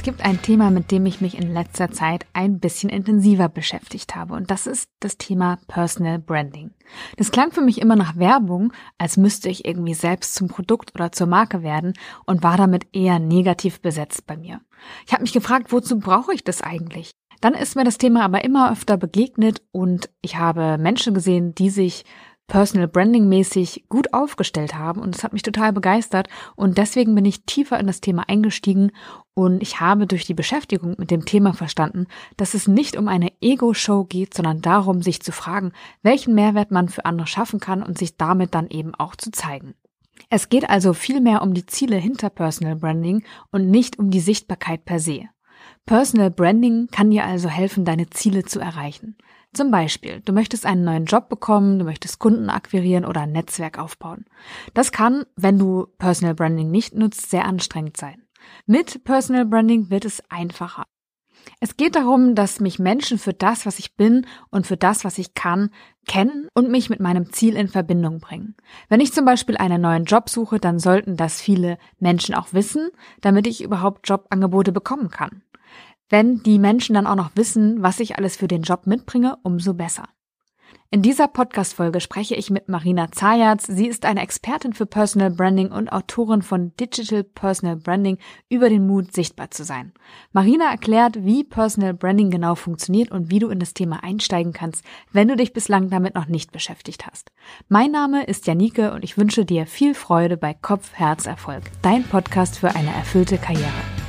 gibt ein Thema, mit dem ich mich in letzter Zeit ein bisschen intensiver beschäftigt habe, und das ist das Thema Personal Branding. Das klang für mich immer nach Werbung, als müsste ich irgendwie selbst zum Produkt oder zur Marke werden, und war damit eher negativ besetzt bei mir. Ich habe mich gefragt, wozu brauche ich das eigentlich? Dann ist mir das Thema aber immer öfter begegnet und ich habe Menschen gesehen, die sich Personal Branding mäßig gut aufgestellt haben, und das hat mich total begeistert, und deswegen bin ich tiefer in das Thema eingestiegen und ich habe durch die Beschäftigung mit dem Thema verstanden, dass es nicht um eine Ego-Show geht, sondern darum, sich zu fragen, welchen Mehrwert man für andere schaffen kann und sich damit dann eben auch zu zeigen. Es geht also vielmehr um die Ziele hinter Personal Branding und nicht um die Sichtbarkeit per se. Personal Branding kann dir also helfen, deine Ziele zu erreichen. Zum Beispiel, du möchtest einen neuen Job bekommen, du möchtest Kunden akquirieren oder ein Netzwerk aufbauen. Das kann, wenn du Personal Branding nicht nutzt, sehr anstrengend sein. Mit Personal Branding wird es einfacher. Es geht darum, dass mich Menschen für das, was ich bin und für das, was ich kann, kennen und mich mit meinem Ziel in Verbindung bringen. Wenn ich zum Beispiel einen neuen Job suche, dann sollten das viele Menschen auch wissen, damit ich überhaupt Jobangebote bekommen kann. Wenn die Menschen dann auch noch wissen, was ich alles für den Job mitbringe, umso besser. In dieser Podcast-Folge spreche ich mit Marina Zajatz. Sie ist eine Expertin für Personal Branding und Autorin von Digital Personal Branding über den Mut, sichtbar zu sein. Marina erklärt, wie Personal Branding genau funktioniert und wie du in das Thema einsteigen kannst, wenn du dich bislang damit noch nicht beschäftigt hast. Mein Name ist Janike und ich wünsche dir viel Freude bei Kopf, Herz, Erfolg, dein Podcast für eine erfüllte Karriere.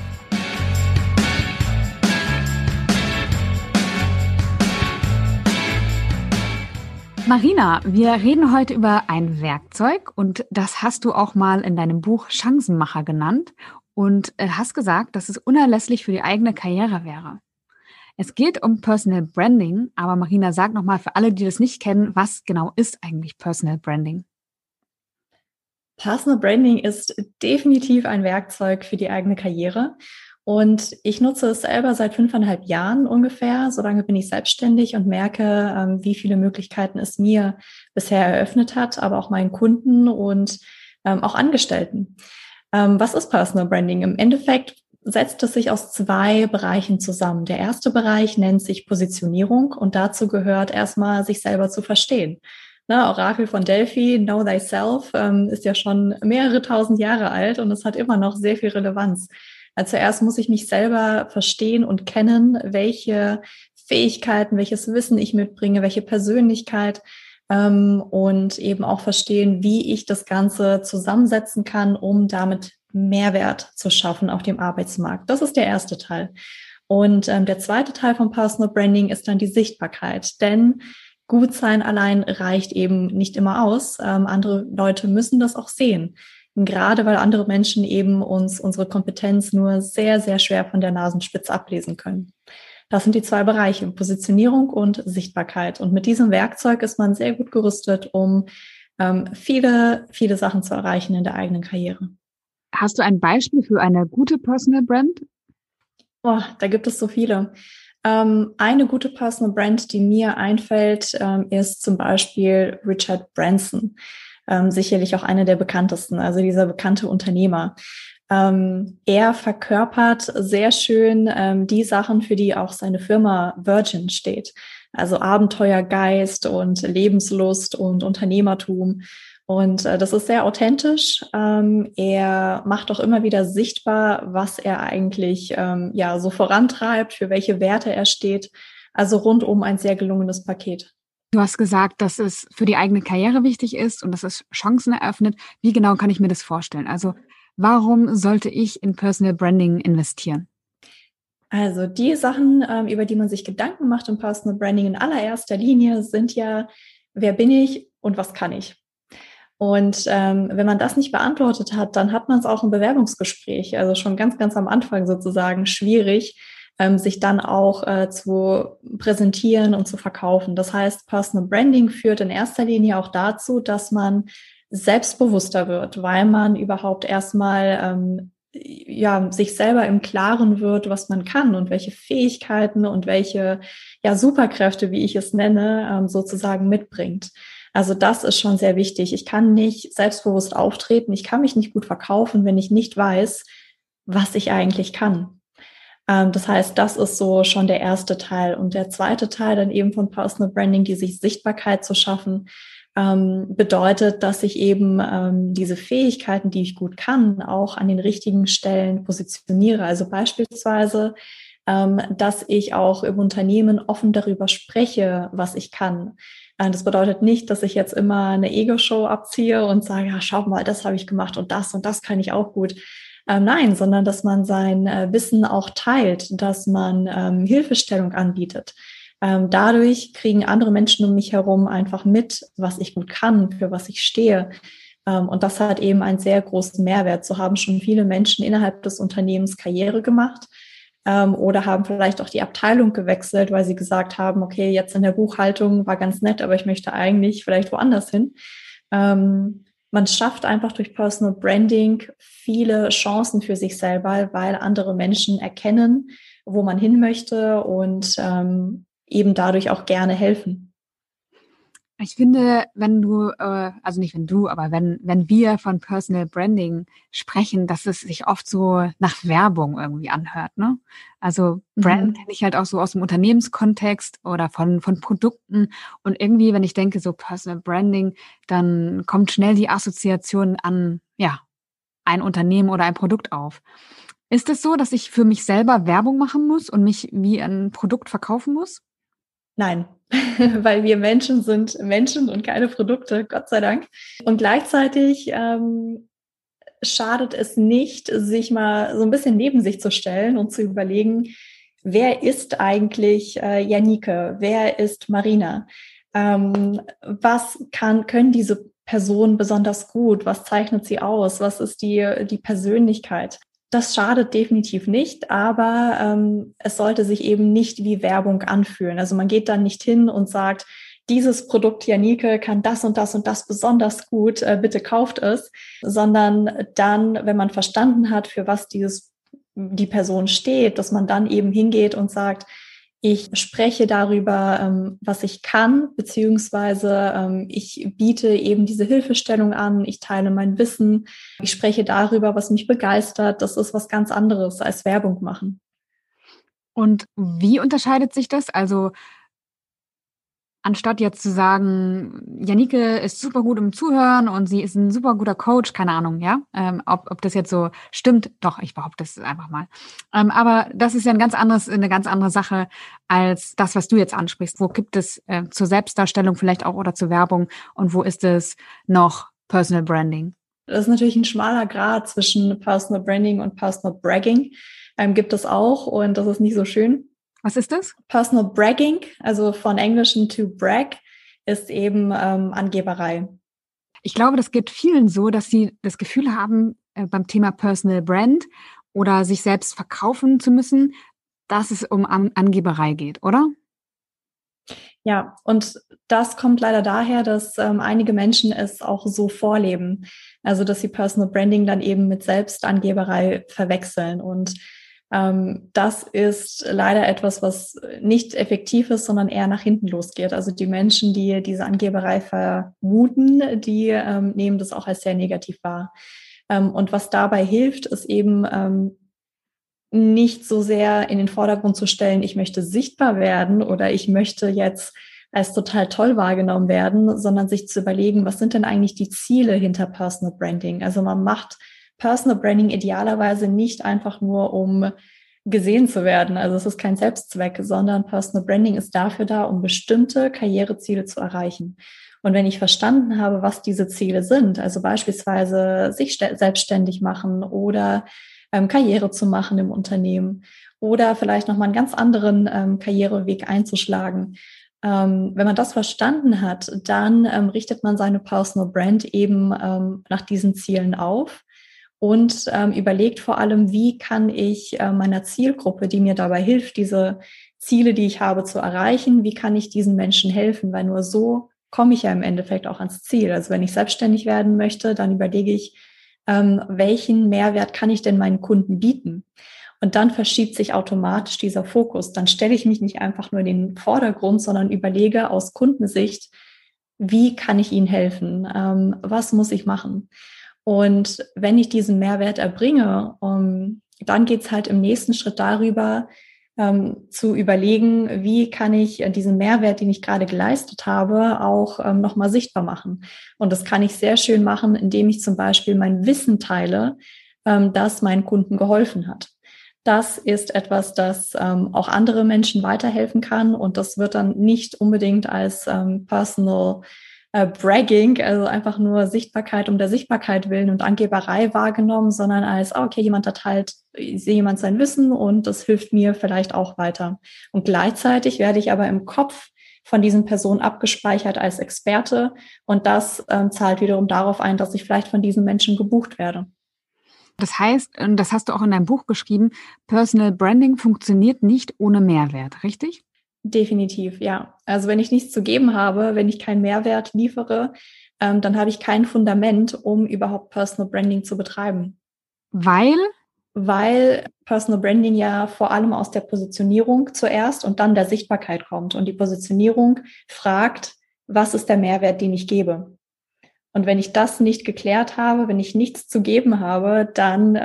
Marina, wir reden heute über ein Werkzeug und das hast du auch mal in deinem Buch Chancenmacher genannt und hast gesagt, dass es unerlässlich für die eigene Karriere wäre. Es geht um Personal Branding, aber Marina, sag nochmal für alle, die das nicht kennen, was genau ist eigentlich Personal Branding? Personal Branding ist definitiv ein Werkzeug für die eigene Karriere. Und ich nutze es selber seit 5,5 Jahren ungefähr. So lange bin ich selbstständig und merke, wie viele Möglichkeiten es mir bisher eröffnet hat, aber auch meinen Kunden und auch Angestellten. Was ist Personal Branding? Im Endeffekt setzt es sich aus 2 Bereichen zusammen. Der erste Bereich nennt sich Positionierung und dazu gehört erstmal, sich selber zu verstehen. Orakel von Delphi, Know Thyself, ist ja schon mehrere tausend Jahre alt und es hat immer noch sehr viel Relevanz. Also zuerst muss ich mich selber verstehen und kennen, welche Fähigkeiten, welches Wissen ich mitbringe, welche Persönlichkeit und eben auch verstehen, wie ich das Ganze zusammensetzen kann, um damit Mehrwert zu schaffen auf dem Arbeitsmarkt. Das ist der erste Teil. Und der zweite Teil von Personal Branding ist dann die Sichtbarkeit, denn gut sein allein reicht eben nicht immer aus. Andere Leute müssen das auch sehen. Gerade weil andere Menschen eben uns unsere Kompetenz nur sehr, sehr schwer von der Nasenspitze ablesen können. Das sind die 2 Bereiche, Positionierung und Sichtbarkeit. Und mit diesem Werkzeug ist man sehr gut gerüstet, um viele, viele Sachen zu erreichen in der eigenen Karriere. Hast du ein Beispiel für eine gute Personal Brand? Da gibt es so viele. Eine gute Personal Brand, die mir einfällt, ist zum Beispiel Richard Branson. Sicherlich auch einer der bekanntesten, also dieser bekannte Unternehmer. Er verkörpert sehr schön die Sachen, für die auch seine Firma Virgin steht. Also Abenteuergeist und Lebenslust und Unternehmertum. Und das ist sehr authentisch. Er macht auch immer wieder sichtbar, was er eigentlich so vorantreibt, für welche Werte er steht. Also rundum ein sehr gelungenes Paket. Du hast gesagt, dass es für die eigene Karriere wichtig ist und dass es Chancen eröffnet. Wie genau kann ich mir das vorstellen? Also warum sollte ich in Personal Branding investieren? Also die Sachen, über die man sich Gedanken macht im Personal Branding in allererster Linie sind ja, wer bin ich und was kann ich? Und wenn man das nicht beantwortet hat, dann hat man es auch im Bewerbungsgespräch, also schon ganz, ganz am Anfang sozusagen schwierig, sich dann auch zu präsentieren und zu verkaufen. Das heißt, Personal Branding führt in erster Linie auch dazu, dass man selbstbewusster wird, weil man überhaupt erstmal sich selber im Klaren wird, was man kann und welche Fähigkeiten und welche Superkräfte, wie ich es nenne, sozusagen mitbringt. Also das ist schon sehr wichtig. Ich kann nicht selbstbewusst auftreten, ich kann mich nicht gut verkaufen, wenn ich nicht weiß, was ich eigentlich kann. Das heißt, das ist so schon der erste Teil. Und der zweite Teil dann eben von Personal Branding, die sich Sichtbarkeit zu schaffen, bedeutet, dass ich eben diese Fähigkeiten, die ich gut kann, auch an den richtigen Stellen positioniere. Also beispielsweise, dass ich auch im Unternehmen offen darüber spreche, was ich kann. Das bedeutet nicht, dass ich jetzt immer eine Ego-Show abziehe und sage, ja, schau mal, das habe ich gemacht und das kann ich auch gut. Nein, sondern dass man sein Wissen auch teilt, dass man Hilfestellung anbietet. Dadurch kriegen andere Menschen um mich herum einfach mit, was ich gut kann, für was ich stehe. Und das hat eben einen sehr großen Mehrwert. So haben schon viele Menschen innerhalb des Unternehmens Karriere gemacht oder haben vielleicht auch die Abteilung gewechselt, weil sie gesagt haben, okay, jetzt in der Buchhaltung war ganz nett, aber ich möchte eigentlich vielleicht woanders hin. Man schafft einfach durch Personal Branding viele Chancen für sich selber, weil andere Menschen erkennen, wo man hin möchte und eben dadurch auch gerne helfen. Ich finde, wenn du, also nicht wenn du, aber wenn wir von Personal Branding sprechen, dass es sich oft so nach Werbung irgendwie anhört, ne? Also Brand kenne ich halt auch so aus dem Unternehmenskontext oder von Produkten. Und irgendwie, wenn ich denke, so Personal Branding, dann kommt schnell die Assoziation an, ja, ein Unternehmen oder ein Produkt auf. Ist es so, dass ich für mich selber Werbung machen muss und mich wie ein Produkt verkaufen muss? Nein, weil wir Menschen sind Menschen und keine Produkte, Gott sei Dank. Und gleichzeitig schadet es nicht, sich mal so ein bisschen neben sich zu stellen und zu überlegen, wer ist eigentlich Janike? Wer ist Marina? Was können diese Personen besonders gut? Was zeichnet sie aus? Was ist die Persönlichkeit? Das schadet definitiv nicht, aber es sollte sich eben nicht wie Werbung anfühlen. Also man geht dann nicht hin und sagt, dieses Produkt Janike kann das und das und das besonders gut, bitte kauft es, sondern dann, wenn man verstanden hat, für was die Person steht, dass man dann eben hingeht und sagt, ich spreche darüber, was ich kann, beziehungsweise ich biete eben diese Hilfestellung an, ich teile mein Wissen, ich spreche darüber, was mich begeistert. Das ist was ganz anderes als Werbung machen. Und wie unterscheidet sich das? Also anstatt jetzt zu sagen, Janike ist super gut im Zuhören und sie ist ein super guter Coach, keine Ahnung, ja, ob das jetzt so stimmt, doch, ich behaupte das einfach mal. Aber das ist ja eine ganz andere Sache als das, was du jetzt ansprichst. Wo gibt es zur Selbstdarstellung vielleicht auch oder zur Werbung und wo ist es noch Personal Branding? Das ist natürlich ein schmaler Grat zwischen Personal Branding und Personal Bragging. Gibt es auch und das ist nicht so schön. Was ist das? Personal Bragging, also von Englischen to brag, ist eben Angeberei. Ich glaube, das geht vielen so, dass sie das Gefühl haben, beim Thema Personal Brand oder sich selbst verkaufen zu müssen, dass es um Angeberei geht, oder? Ja, und das kommt leider daher, dass einige Menschen es auch so vorleben. Also, dass sie Personal Branding dann eben mit Selbstangeberei verwechseln. Und das ist leider etwas, was nicht effektiv ist, sondern eher nach hinten losgeht. Also die Menschen, die diese Angeberei vermuten, die nehmen das auch als sehr negativ wahr. Und was dabei hilft, ist eben nicht so sehr in den Vordergrund zu stellen, ich möchte sichtbar werden oder ich möchte jetzt als total toll wahrgenommen werden, sondern sich zu überlegen, was sind denn eigentlich die Ziele hinter Personal Branding? Also man macht Personal Branding idealerweise nicht einfach nur, um gesehen zu werden. Also es ist kein Selbstzweck, sondern Personal Branding ist dafür da, um bestimmte Karriereziele zu erreichen. Und wenn ich verstanden habe, was diese Ziele sind, also beispielsweise sich selbstständig machen oder Karriere zu machen im Unternehmen oder vielleicht nochmal einen ganz anderen Karriereweg einzuschlagen. Wenn man das verstanden hat, dann richtet man seine Personal Brand eben nach diesen Zielen auf und überlegt vor allem, wie kann ich meiner Zielgruppe, die mir dabei hilft, diese Ziele, die ich habe, zu erreichen, wie kann ich diesen Menschen helfen, weil nur so komme ich ja im Endeffekt auch ans Ziel. Also wenn ich selbstständig werden möchte, dann überlege ich, welchen Mehrwert kann ich denn meinen Kunden bieten? Und dann verschiebt sich automatisch dieser Fokus. Dann stelle ich mich nicht einfach nur in den Vordergrund, sondern überlege aus Kundensicht, wie kann ich ihnen helfen? Was muss ich machen? Und wenn ich diesen Mehrwert erbringe, Dann geht es halt im nächsten Schritt darüber, zu überlegen, wie kann ich diesen Mehrwert, den ich gerade geleistet habe, auch nochmal sichtbar machen. Und das kann ich sehr schön machen, indem ich zum Beispiel mein Wissen teile, das meinen Kunden geholfen hat. Das ist etwas, das auch andere Menschen weiterhelfen kann. Und das wird dann nicht unbedingt als Personal Bragging, also einfach nur Sichtbarkeit um der Sichtbarkeit willen und Angeberei wahrgenommen, sondern als, okay, jemand erteilt, ich sehe jemand sein Wissen und das hilft mir vielleicht auch weiter. Und gleichzeitig werde ich aber im Kopf von diesen Personen abgespeichert als Experte und das zahlt wiederum darauf ein, dass ich vielleicht von diesen Menschen gebucht werde. Das heißt, und das hast du auch in deinem Buch geschrieben, Personal Branding funktioniert nicht ohne Mehrwert, richtig? Definitiv, ja. Also wenn ich nichts zu geben habe, wenn ich keinen Mehrwert liefere, dann habe ich kein Fundament, um überhaupt Personal Branding zu betreiben. Weil Personal Branding ja vor allem aus der Positionierung zuerst und dann der Sichtbarkeit kommt. Und die Positionierung fragt, was ist der Mehrwert, den ich gebe? Und wenn ich das nicht geklärt habe, wenn ich nichts zu geben habe, dann,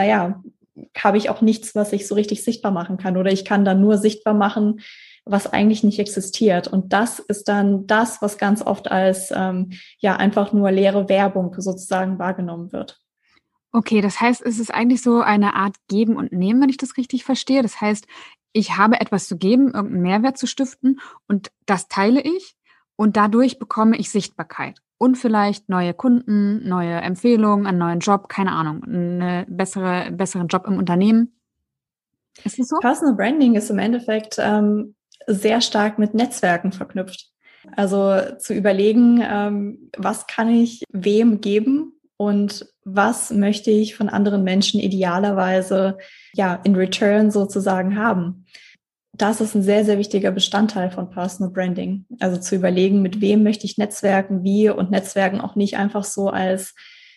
habe ich auch nichts, was ich so richtig sichtbar machen kann. Oder ich kann dann nur sichtbar machen, was eigentlich nicht existiert. Und das ist dann das, was ganz oft als einfach nur leere Werbung sozusagen wahrgenommen wird. Okay, das heißt, es ist eigentlich so eine Art Geben und Nehmen, wenn ich das richtig verstehe. Das heißt, ich habe etwas zu geben, irgendeinen Mehrwert zu stiften und das teile ich und dadurch bekomme ich Sichtbarkeit und vielleicht neue Kunden, neue Empfehlungen, einen neuen Job, keine Ahnung, einen besseren Job im Unternehmen. Ist das so? Personal Branding ist im Endeffekt sehr stark mit Netzwerken verknüpft. Also zu überlegen, was kann ich wem geben und was möchte ich von anderen Menschen idealerweise in Return sozusagen haben. Das ist ein sehr, sehr wichtiger Bestandteil von Personal Branding. Also zu überlegen, mit wem möchte ich netzwerken, wie und Netzwerken auch nicht einfach so als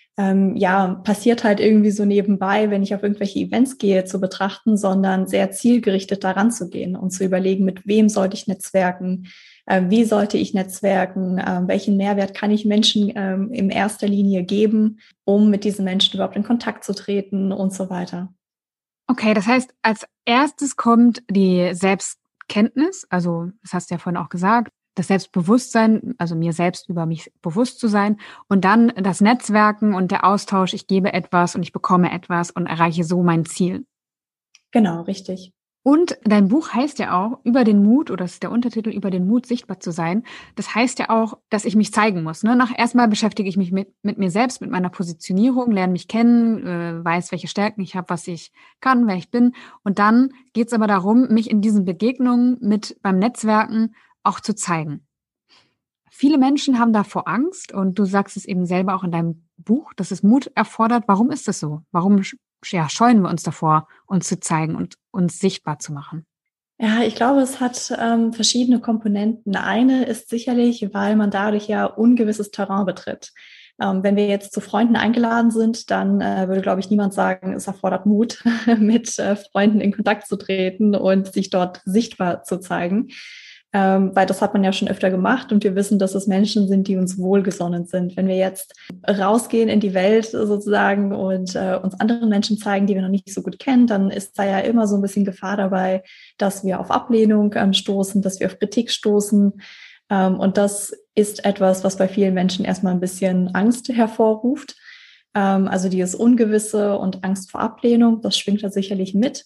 passiert halt irgendwie so nebenbei, wenn ich auf irgendwelche Events gehe, zu betrachten, sondern sehr zielgerichtet daran zu gehen und zu überlegen, mit wem sollte ich netzwerken, wie sollte ich netzwerken, welchen Mehrwert kann ich Menschen in erster Linie geben, um mit diesen Menschen überhaupt in Kontakt zu treten und so weiter. Okay, das heißt, als erstes kommt die Selbstkenntnis, also das hast du ja vorhin auch gesagt, das Selbstbewusstsein, also mir selbst über mich bewusst zu sein und dann das Netzwerken und der Austausch, ich gebe etwas und ich bekomme etwas und erreiche so mein Ziel. Genau, richtig. Und dein Buch heißt ja auch über den Mut, oder das ist der Untertitel, über den Mut, sichtbar zu sein. Das heißt ja auch, dass ich mich zeigen muss. Ne? Erstmal beschäftige ich mich mit mir selbst, mit meiner Positionierung, lerne mich kennen, weiß, welche Stärken ich habe, was ich kann, wer ich bin. Und dann geht es aber darum, mich in diesen Begegnungen beim Netzwerken auch zu zeigen. Viele Menschen haben davor Angst und du sagst es eben selber auch in deinem Buch, dass es Mut erfordert. Warum ist das so? Warum scheuen wir uns davor, uns zu zeigen und uns sichtbar zu machen? Ja, ich glaube, es hat verschiedene Komponenten. Eine ist sicherlich, weil man dadurch ja ungewisses Terrain betritt. Wenn wir jetzt zu Freunden eingeladen sind, dann würde, glaube ich, niemand sagen, es erfordert Mut, mit Freunden in Kontakt zu treten und sich dort sichtbar zu zeigen. Weil das hat man ja schon öfter gemacht und wir wissen, dass es Menschen sind, die uns wohlgesonnen sind. Wenn wir jetzt rausgehen in die Welt sozusagen und uns anderen Menschen zeigen, die wir noch nicht so gut kennen, dann ist da ja immer so ein bisschen Gefahr dabei, dass wir auf Ablehnung stoßen, dass wir auf Kritik stoßen. Und das ist etwas, was bei vielen Menschen erstmal ein bisschen Angst hervorruft. Also dieses Ungewisse und Angst vor Ablehnung, das schwingt da sicherlich mit.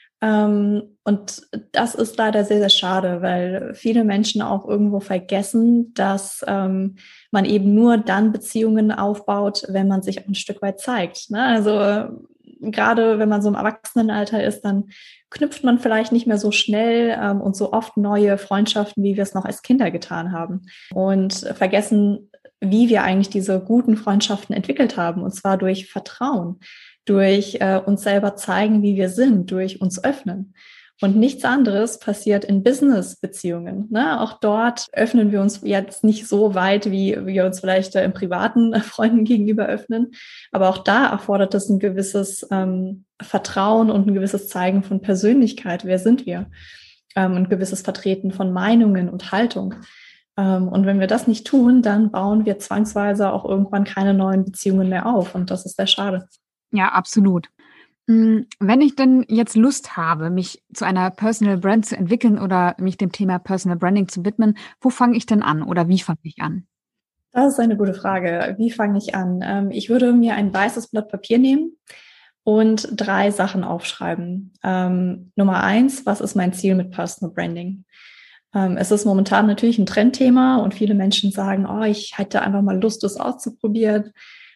Und das ist leider sehr, sehr schade, weil viele Menschen auch irgendwo vergessen, dass man eben nur dann Beziehungen aufbaut, wenn man sich auch ein Stück weit zeigt. Ne? Also gerade wenn man so im Erwachsenenalter ist, dann knüpft man vielleicht nicht mehr so schnell und so oft neue Freundschaften, wie wir es noch als Kinder getan haben. Und vergessen, wie wir eigentlich diese guten Freundschaften entwickelt haben, und zwar durch Vertrauen, durch uns selber zeigen, wie wir sind, durch uns öffnen. Und nichts anderes passiert in Business-Beziehungen. Ne? Auch dort öffnen wir uns jetzt nicht so weit, wie wir uns vielleicht im privaten Freunden gegenüber öffnen. Aber auch da erfordert es ein gewisses Vertrauen und ein gewisses Zeigen von Persönlichkeit. Wer sind wir? Und ein gewisses Vertreten von Meinungen und Haltung. Und wenn wir das nicht tun, dann bauen wir zwangsweise auch irgendwann keine neuen Beziehungen mehr auf. Und das ist sehr schade. Ja, absolut. Wenn ich denn jetzt Lust habe, mich zu einer Personal Brand zu entwickeln oder mich dem Thema Personal Branding zu widmen, wo fange ich denn an oder wie fange ich an? Das ist eine gute Frage. Wie fange ich an? Ich würde mir ein weißes Blatt Papier nehmen und 3 Sachen aufschreiben. Nummer 1, was ist mein Ziel mit Personal Branding? Es ist momentan natürlich ein Trendthema und viele Menschen sagen, oh, ich hätte einfach mal Lust, das auszuprobieren.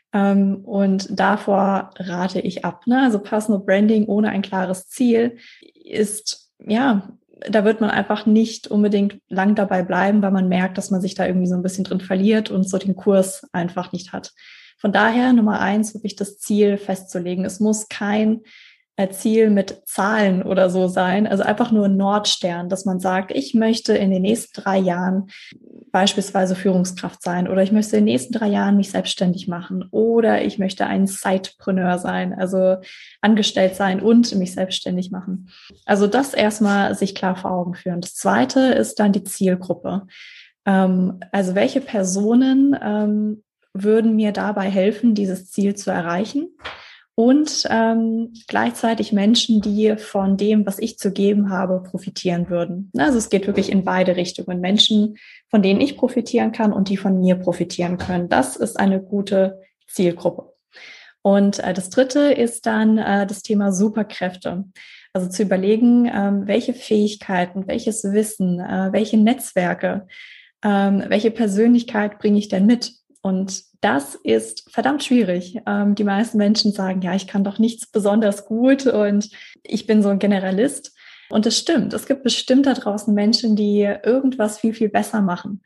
Und davor rate ich ab. Ne? Also Personal Branding ohne ein klares Ziel ist, ja, da wird man einfach nicht unbedingt lang dabei bleiben, weil man merkt, dass man sich da irgendwie so ein bisschen drin verliert und so den Kurs einfach nicht hat. Von daher Nummer 1, wirklich das Ziel festzulegen. Es muss kein Ziel mit Zahlen oder so sein, also einfach nur ein Nordstern, dass man sagt, ich möchte in den nächsten 3 Jahren beispielsweise Führungskraft sein oder ich möchte in den nächsten 3 Jahren mich selbstständig machen oder ich möchte ein Sidepreneur sein, also angestellt sein und mich selbstständig machen. Also das erstmal sich klar vor Augen führen. Das Zweite ist dann die Zielgruppe. Also welche Personen würden mir dabei helfen, dieses Ziel zu erreichen? Und gleichzeitig Menschen, die von dem, was ich zu geben habe, profitieren würden. Also es geht wirklich in beide Richtungen. Menschen, von denen ich profitieren kann und die von mir profitieren können. Das ist eine gute Zielgruppe. Und das Dritte ist dann das Thema Superkräfte. Also zu überlegen, welche Fähigkeiten, welches Wissen, welche Netzwerke, welche Persönlichkeit bringe ich denn mit? Und das ist verdammt schwierig. Die meisten Menschen sagen, ja, ich kann doch nichts besonders gut und ich bin so ein Generalist. Und das stimmt. Es gibt bestimmt da draußen Menschen, die irgendwas viel, viel besser machen.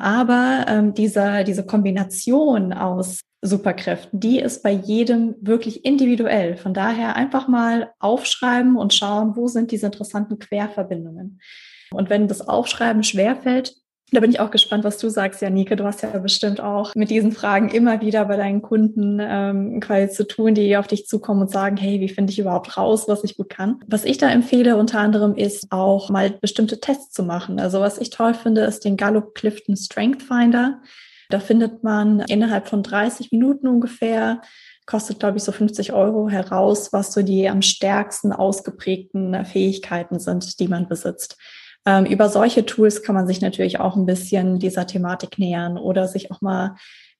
Aber diese Kombination aus Superkräften, die ist bei jedem wirklich individuell. Von daher einfach mal aufschreiben und schauen, wo sind diese interessanten Querverbindungen. Und wenn das Aufschreiben schwerfällt, da bin ich auch gespannt, was du sagst, Janike. Du hast ja bestimmt auch mit diesen Fragen immer wieder bei deinen Kunden quasi zu tun, die auf dich zukommen und sagen, hey, wie finde ich überhaupt raus, was ich gut kann? Was ich da empfehle unter anderem ist auch mal bestimmte Tests zu machen. Also was ich toll finde, ist den Gallup Clifton Strength Finder. Da findet man innerhalb von 30 Minuten ungefähr, kostet glaube ich so 50 € heraus, was so die am stärksten ausgeprägten Fähigkeiten sind, die man besitzt. Über solche Tools kann man sich natürlich auch ein bisschen dieser Thematik nähern oder sich auch mal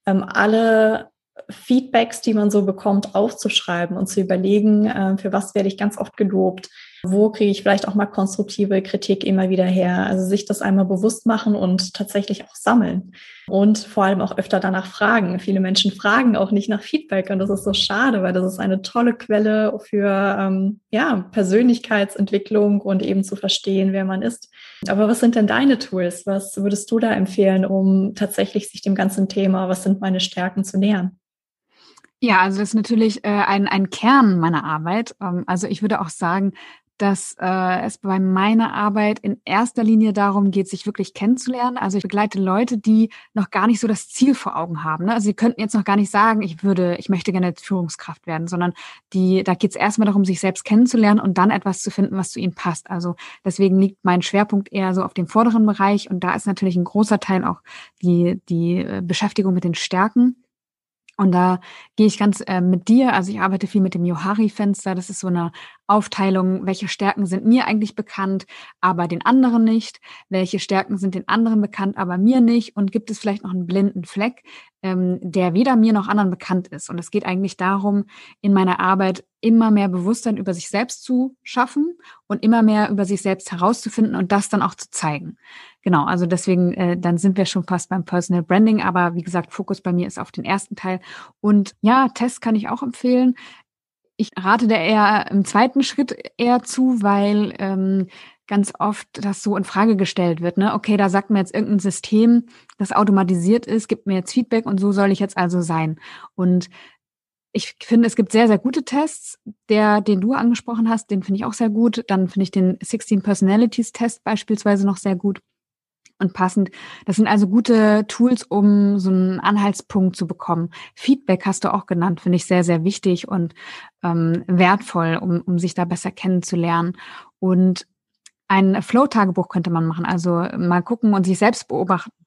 alle Feedbacks, die man so bekommt, aufzuschreiben und zu überlegen, für was werde ich ganz oft gelobt, wo kriege ich vielleicht auch mal konstruktive Kritik immer wieder her. Also sich das einmal bewusst machen und tatsächlich auch sammeln und vor allem auch öfter danach fragen. Viele Menschen fragen auch nicht nach Feedback und das ist so schade, weil das ist eine tolle Quelle für Persönlichkeitsentwicklung und eben zu verstehen, wer man ist. Aber was sind denn deine Tools? Was würdest du da empfehlen, um tatsächlich sich dem ganzen Thema, was sind meine Stärken, zu nähern? Ja, also das ist natürlich ein Kern meiner Arbeit. Also ich würde auch sagen, dass es bei meiner Arbeit in erster Linie darum geht, sich wirklich kennenzulernen. Also ich begleite Leute, die noch gar nicht so das Ziel vor Augen haben. Ne? Also sie könnten jetzt noch gar nicht sagen, ich möchte gerne Führungskraft werden, sondern da geht es erstmal darum, sich selbst kennenzulernen und dann etwas zu finden, was zu ihnen passt. Also deswegen liegt mein Schwerpunkt eher so auf dem vorderen Bereich und da ist natürlich ein großer Teil auch die Beschäftigung mit den Stärken. Und da gehe ich ganz mit dir, also ich arbeite viel mit dem Johari-Fenster, das ist so eine Aufteilung, welche Stärken sind mir eigentlich bekannt, aber den anderen nicht, welche Stärken sind den anderen bekannt, aber mir nicht und gibt es vielleicht noch einen blinden Fleck, der weder mir noch anderen bekannt ist. Und es geht eigentlich darum, in meiner Arbeit immer mehr Bewusstsein über sich selbst zu schaffen und immer mehr über sich selbst herauszufinden und das dann auch zu zeigen. Genau, also deswegen, dann sind wir schon fast beim Personal Branding, aber wie gesagt, Fokus bei mir ist auf den ersten Teil. Und ja, Tests kann ich auch empfehlen. Ich rate da eher im zweiten Schritt eher zu, weil ganz oft das so in Frage gestellt wird. Ne? Okay, da sagt mir jetzt irgendein System, das automatisiert ist, gibt mir jetzt Feedback und so soll ich jetzt also sein. Und ich finde, es gibt sehr, sehr gute Tests. Den du angesprochen hast, den finde ich auch sehr gut. Dann finde ich den 16 Personalities Test beispielsweise noch sehr gut und passend. Das sind also gute Tools, um so einen Anhaltspunkt zu bekommen. Feedback hast du auch genannt, finde ich sehr, sehr wichtig und wertvoll, um sich da besser kennenzulernen. Und ein Flow-Tagebuch könnte man machen, also mal gucken und sich selbst beobachten.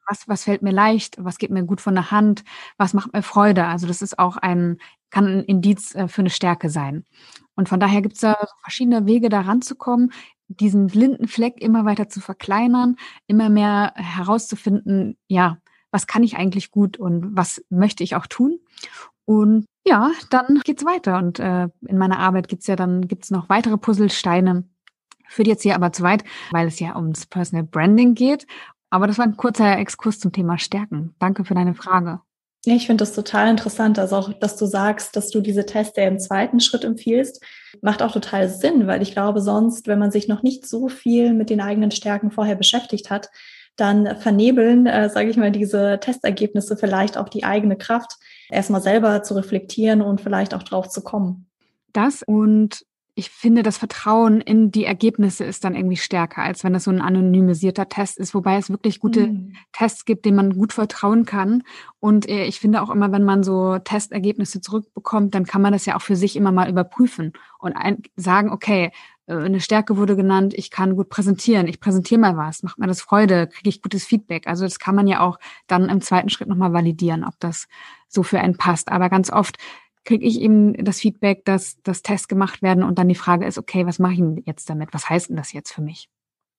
was fällt mir leicht, was geht mir gut von der Hand, was macht mir Freude. Also das ist auch kann ein Indiz für eine Stärke sein. Und von daher gibt's da so verschiedene Wege, da ranzukommen, diesen blinden Fleck immer weiter zu verkleinern, immer mehr herauszufinden, ja, was kann ich eigentlich gut und was möchte ich auch tun? Und ja, dann geht's weiter. Und in meiner Arbeit gibt's noch weitere Puzzlesteine. Führt jetzt hier aber zu weit, weil es ja ums Personal Branding geht. Aber das war ein kurzer Exkurs zum Thema Stärken. Danke für deine Frage. Ja, ich finde das total interessant. Also auch, dass du sagst, dass du diese Tests ja im zweiten Schritt empfiehlst, macht auch total Sinn, weil ich glaube, sonst, wenn man sich noch nicht so viel mit den eigenen Stärken vorher beschäftigt hat, dann vernebeln, sage ich mal, diese Testergebnisse vielleicht auch die eigene Kraft, erstmal selber zu reflektieren und vielleicht auch drauf zu kommen. Das und ich finde, das Vertrauen in die Ergebnisse ist dann irgendwie stärker, als wenn das so ein anonymisierter Test ist, wobei es wirklich gute Tests gibt, denen man gut vertrauen kann. Und ich finde auch immer, wenn man so Testergebnisse zurückbekommt, dann kann man das ja auch für sich immer mal überprüfen und sagen, okay, eine Stärke wurde genannt, ich kann gut präsentieren, ich präsentiere mal was, macht mir das Freude, kriege ich gutes Feedback. Also das kann man ja auch dann im zweiten Schritt nochmal validieren, ob das so für einen passt. Aber ganz oft kriege ich eben das Feedback, dass Tests gemacht werden und dann die Frage ist, okay, was mache ich denn jetzt damit? Was heißt denn das jetzt für mich?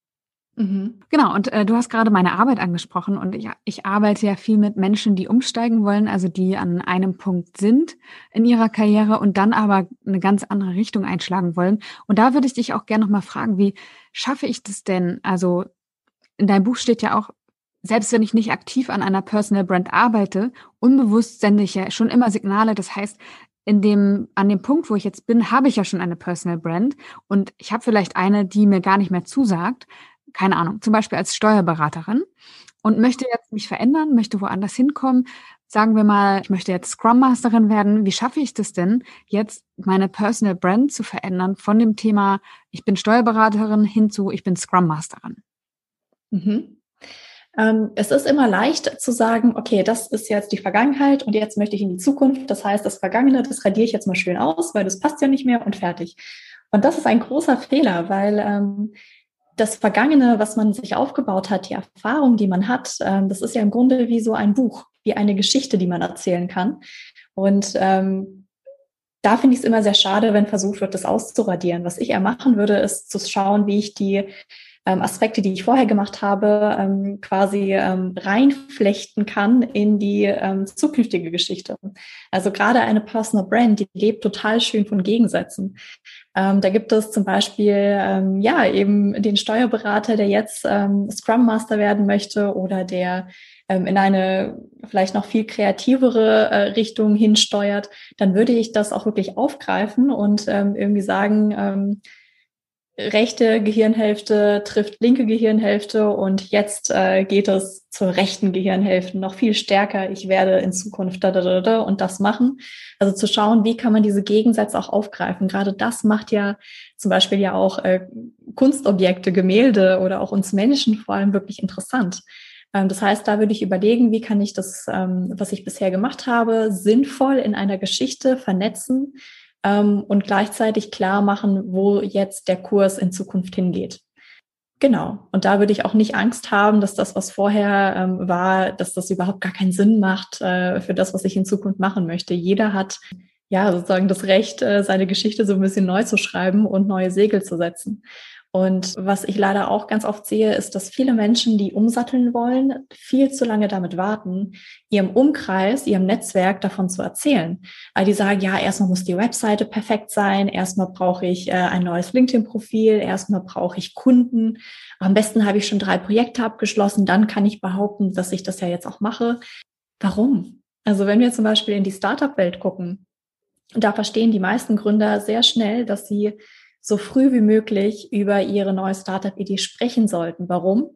Mhm. Genau, und du hast gerade meine Arbeit angesprochen und ich arbeite ja viel mit Menschen, die umsteigen wollen, also die an einem Punkt sind in ihrer Karriere und dann aber eine ganz andere Richtung einschlagen wollen. Und da würde ich dich auch gerne noch mal fragen, wie schaffe ich das denn? Also in deinem Buch steht ja auch, selbst wenn ich nicht aktiv an einer Personal Brand arbeite, unbewusst sende ich ja schon immer Signale. Das heißt, an dem Punkt, wo ich jetzt bin, habe ich ja schon eine Personal Brand und ich habe vielleicht eine, die mir gar nicht mehr zusagt. Keine Ahnung, zum Beispiel als Steuerberaterin und möchte jetzt mich verändern, möchte woanders hinkommen. Sagen wir mal, ich möchte jetzt Scrum Masterin werden. Wie schaffe ich das denn, jetzt meine Personal Brand zu verändern von dem Thema, ich bin Steuerberaterin hin zu, ich bin Scrum Masterin? Mhm. Es ist immer leicht zu sagen, okay, das ist jetzt die Vergangenheit und jetzt möchte ich in die Zukunft. Das heißt, das Vergangene, das radiere ich jetzt mal schön aus, weil das passt ja nicht mehr und fertig. Und das ist ein großer Fehler, weil das Vergangene, was man sich aufgebaut hat, die Erfahrung, die man hat, das ist ja im Grunde wie so ein Buch, wie eine Geschichte, die man erzählen kann. Und da finde ich es immer sehr schade, wenn versucht wird, das auszuradieren. Was ich eher machen würde, ist zu schauen, wie ich die Aspekte, die ich vorher gemacht habe, quasi reinflechten kann in die zukünftige Geschichte. Also gerade eine Personal Brand, die lebt total schön von Gegensätzen. Da gibt es zum Beispiel ja eben den Steuerberater, der jetzt Scrum Master werden möchte oder der in eine vielleicht noch viel kreativere Richtung hinsteuert. Dann würde ich das auch wirklich aufgreifen und irgendwie sagen, rechte Gehirnhälfte trifft linke Gehirnhälfte und jetzt geht es zur rechten Gehirnhälfte noch viel stärker. Ich werde in Zukunft und das machen. Also zu schauen, wie kann man diese Gegensätze auch aufgreifen. Gerade das macht ja zum Beispiel ja auch Kunstobjekte, Gemälde oder auch uns Menschen vor allem wirklich interessant. Das heißt, da würde ich überlegen, wie kann ich das, was ich bisher gemacht habe, sinnvoll in einer Geschichte vernetzen, und gleichzeitig klar machen, wo jetzt der Kurs in Zukunft hingeht. Genau. Und da würde ich auch nicht Angst haben, dass das, was vorher war, dass das überhaupt gar keinen Sinn macht für das, was ich in Zukunft machen möchte. Jeder hat ja sozusagen das Recht, seine Geschichte so ein bisschen neu zu schreiben und neue Segel zu setzen. Und was ich leider auch ganz oft sehe, ist, dass viele Menschen, die umsatteln wollen, viel zu lange damit warten, ihrem Umkreis, ihrem Netzwerk davon zu erzählen. Weil die sagen, ja, erstmal muss die Webseite perfekt sein, erstmal brauche ich ein neues LinkedIn-Profil, erstmal brauche ich Kunden. Am besten habe ich schon 3 Projekte abgeschlossen, dann kann ich behaupten, dass ich das ja jetzt auch mache. Warum? Also wenn wir zum Beispiel in die Startup-Welt gucken, da verstehen die meisten Gründer sehr schnell, dass sie so früh wie möglich über ihre neue Startup-Idee sprechen sollten. Warum?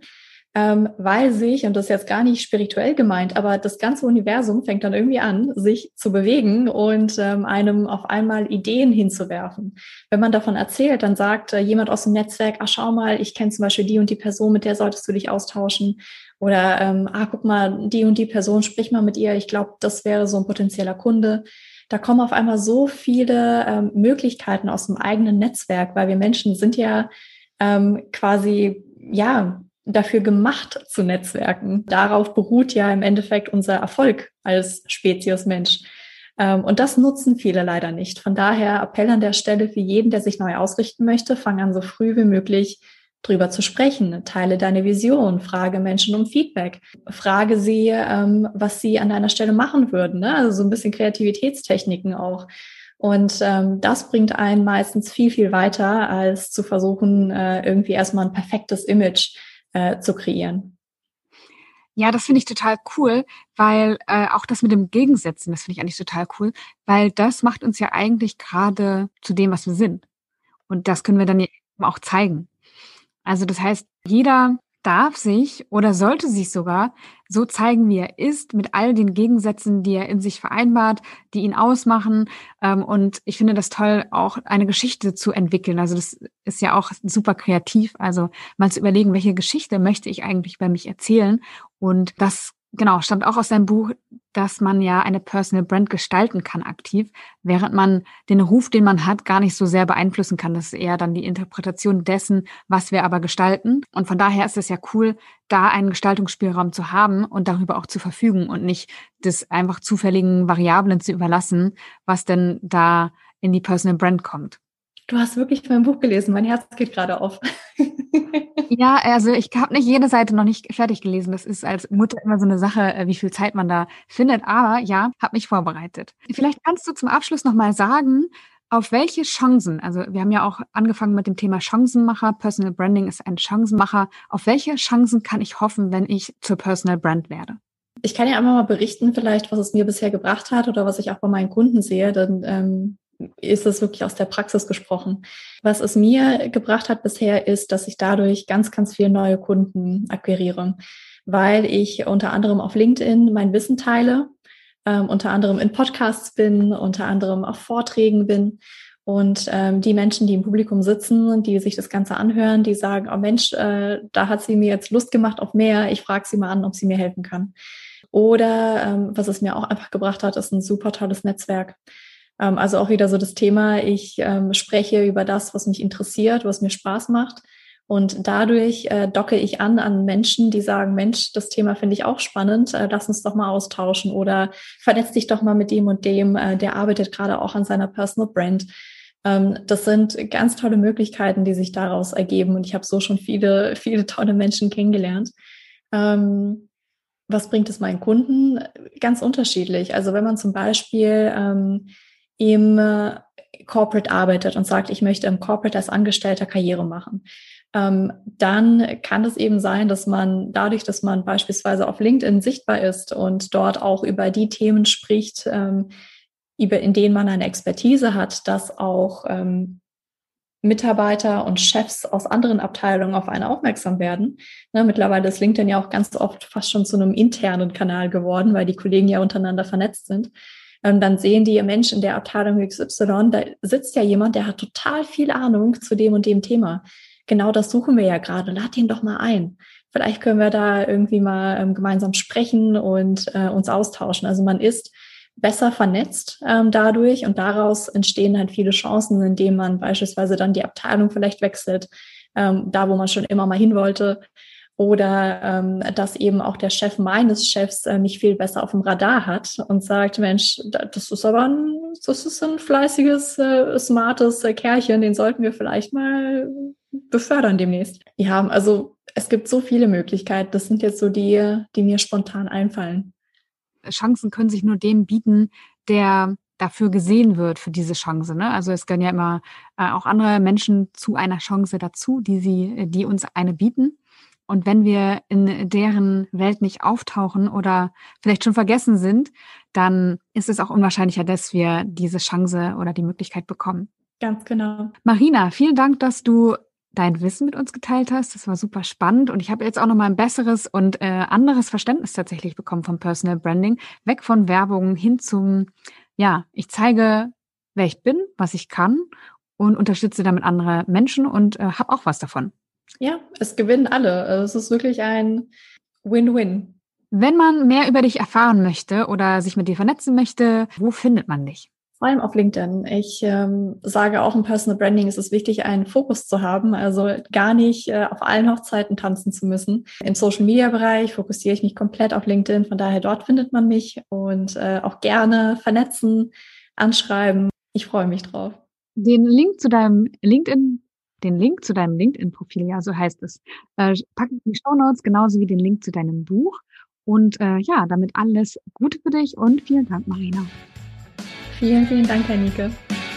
Weil sich, und das ist jetzt gar nicht spirituell gemeint, aber das ganze Universum fängt dann irgendwie an, sich zu bewegen und einem auf einmal Ideen hinzuwerfen. Wenn man davon erzählt, dann sagt jemand aus dem Netzwerk, schau mal, ich kenne zum Beispiel die und die Person, mit der solltest du dich austauschen. Oder guck mal, die und die Person, sprich mal mit ihr, ich glaube, das wäre so ein potenzieller Kunde. Da kommen auf einmal so viele Möglichkeiten aus dem eigenen Netzwerk, weil wir Menschen sind ja quasi, ja, dafür gemacht zu netzwerken. Darauf beruht ja im Endeffekt unser Erfolg als Spezies Mensch. Und das nutzen viele leider nicht. Von daher Appell an der Stelle für jeden, der sich neu ausrichten möchte, fang an, so früh wie möglich drüber zu sprechen. Teile deine Vision, frage Menschen um Feedback, frage sie, was sie an deiner Stelle machen würden. Ne? Also so ein bisschen Kreativitätstechniken auch. Und das bringt einen meistens viel, viel weiter, als zu versuchen, irgendwie erstmal ein perfektes Image zu kreieren. Ja, das finde ich total cool, weil auch das mit dem Gegensätzen, das finde ich eigentlich total cool, weil das macht uns ja eigentlich gerade zu dem, was wir sind. Und das können wir dann ja eben auch zeigen. Also das heißt, jeder darf sich oder sollte sich sogar so zeigen, wie er ist, mit all den Gegensätzen, die er in sich vereinbart, die ihn ausmachen. Und ich finde das toll, auch eine Geschichte zu entwickeln. Also das ist ja auch super kreativ. Also mal zu überlegen, welche Geschichte möchte ich eigentlich über mich erzählen. Und das, genau, stammt auch aus seinem Buch, dass man ja eine Personal Brand gestalten kann aktiv, während man den Ruf, den man hat, gar nicht so sehr beeinflussen kann. Das ist eher dann die Interpretation dessen, was wir aber gestalten. Und von daher ist es ja cool, da einen Gestaltungsspielraum zu haben und darüber auch zu verfügen und nicht das einfach zufälligen Variablen zu überlassen, was denn da in die Personal Brand kommt. Du hast wirklich mein Buch gelesen. Mein Herz geht gerade auf. Ja, also ich habe nicht jede Seite noch nicht fertig gelesen. Das ist als Mutter immer so eine Sache, wie viel Zeit man da findet. Aber ja, habe mich vorbereitet. Vielleicht kannst du zum Abschluss noch mal sagen, auf welche Chancen, also wir haben ja auch angefangen mit dem Thema Chancenmacher. Personal Branding ist ein Chancenmacher. Auf welche Chancen kann ich hoffen, wenn ich zur Personal Brand werde? Ich kann ja einfach mal berichten, vielleicht, was es mir bisher gebracht hat oder was ich auch bei meinen Kunden sehe. Dann ist es wirklich aus der Praxis gesprochen. Was es mir gebracht hat bisher ist, dass ich dadurch ganz, ganz viele neue Kunden akquiriere, weil ich unter anderem auf LinkedIn mein Wissen teile, unter anderem in Podcasts bin, unter anderem auf Vorträgen bin. Und die Menschen, die im Publikum sitzen, die sich das Ganze anhören, die sagen, oh Mensch, da hat sie mir jetzt Lust gemacht auf mehr. Ich frage sie mal an, ob sie mir helfen kann. Oder was es mir auch einfach gebracht hat, ist ein super tolles Netzwerk. Also auch wieder so das Thema, ich spreche über das, was mich interessiert, was mir Spaß macht. Und dadurch docke ich an Menschen, die sagen, Mensch, das Thema finde ich auch spannend, lass uns doch mal austauschen oder vernetz dich doch mal mit dem und dem, der arbeitet gerade auch an seiner Personal Brand. Das sind ganz tolle Möglichkeiten, die sich daraus ergeben. Und ich habe so schon viele, viele tolle Menschen kennengelernt. Was bringt es meinen Kunden? Ganz unterschiedlich. Also wenn man zum Beispiel im Corporate arbeitet und sagt, ich möchte im Corporate als Angestellter Karriere machen, dann kann es eben sein, dass man dadurch, dass man beispielsweise auf LinkedIn sichtbar ist und dort auch über die Themen spricht, in denen man eine Expertise hat, dass auch Mitarbeiter und Chefs aus anderen Abteilungen auf einen aufmerksam werden. Ne, mittlerweile ist LinkedIn ja auch ganz oft fast schon zu einem internen Kanal geworden, weil die Kollegen ja untereinander vernetzt sind. Dann sehen die Mensch in der Abteilung XY, da sitzt ja jemand, der hat total viel Ahnung zu dem und dem Thema. Genau das suchen wir ja gerade. Lad ihn doch mal ein. Vielleicht können wir da irgendwie mal gemeinsam sprechen und uns austauschen. Also man ist besser vernetzt dadurch und daraus entstehen halt viele Chancen, indem man beispielsweise dann die Abteilung vielleicht wechselt, da wo man schon immer mal hin wollte. Oder dass eben auch der Chef meines Chefs mich viel besser auf dem Radar hat und sagt, Mensch, das ist ein fleißiges, smartes Kerlchen, den sollten wir vielleicht mal befördern demnächst. Ja, also es gibt so viele Möglichkeiten. Das sind jetzt so die mir spontan einfallen. Chancen können sich nur dem bieten, der dafür gesehen wird, für diese Chance. Ne? Also es gehören ja immer auch andere Menschen zu einer Chance dazu, die uns eine bieten. Und wenn wir in deren Welt nicht auftauchen oder vielleicht schon vergessen sind, dann ist es auch unwahrscheinlicher, dass wir diese Chance oder die Möglichkeit bekommen. Ganz genau. Marina, vielen Dank, dass du dein Wissen mit uns geteilt hast. Das war super spannend und ich habe jetzt auch noch mal ein besseres und anderes Verständnis tatsächlich bekommen vom Personal Branding. Weg von Werbung hin zum, ja, ich zeige, wer ich bin, was ich kann und unterstütze damit andere Menschen und habe auch was davon. Ja, es gewinnen alle. Es ist wirklich ein Win-Win. Wenn man mehr über dich erfahren möchte oder sich mit dir vernetzen möchte, wo findet man dich? Vor allem auf LinkedIn. Ich sage auch im Personal Branding ist es wichtig, einen Fokus zu haben, also gar nicht auf allen Hochzeiten tanzen zu müssen. Im Social-Media-Bereich fokussiere ich mich komplett auf LinkedIn, von daher dort findet man mich und auch gerne vernetzen, anschreiben. Ich freue mich drauf. Den Link zu deinem LinkedIn-Profil, ja, so heißt es, packe ich in die Shownotes, genauso wie den Link zu deinem Buch. Und damit alles Gute für dich und vielen Dank, Marina. Vielen, vielen Dank, Nike.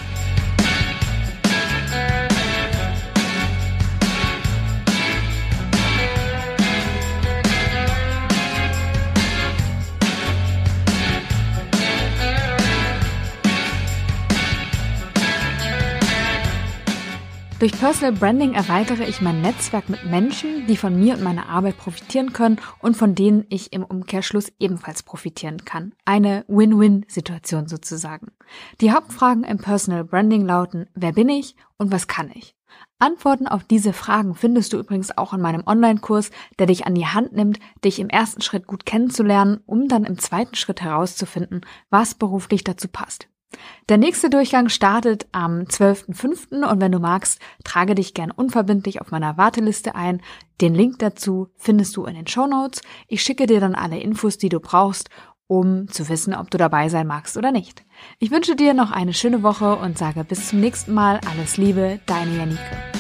Durch Personal Branding erweitere ich mein Netzwerk mit Menschen, die von mir und meiner Arbeit profitieren können und von denen ich im Umkehrschluss ebenfalls profitieren kann. Eine Win-Win-Situation sozusagen. Die Hauptfragen im Personal Branding lauten: Wer bin ich und was kann ich? Antworten auf diese Fragen findest du übrigens auch in meinem Online-Kurs, der dich an die Hand nimmt, dich im ersten Schritt gut kennenzulernen, um dann im zweiten Schritt herauszufinden, was beruflich dazu passt. Der nächste Durchgang startet am 12.05. und wenn du magst, trage dich gern unverbindlich auf meiner Warteliste ein. Den Link dazu findest du in den Shownotes. Ich schicke dir dann alle Infos, die du brauchst, um zu wissen, ob du dabei sein magst oder nicht. Ich wünsche dir noch eine schöne Woche und sage bis zum nächsten Mal. Alles Liebe, deine Janike.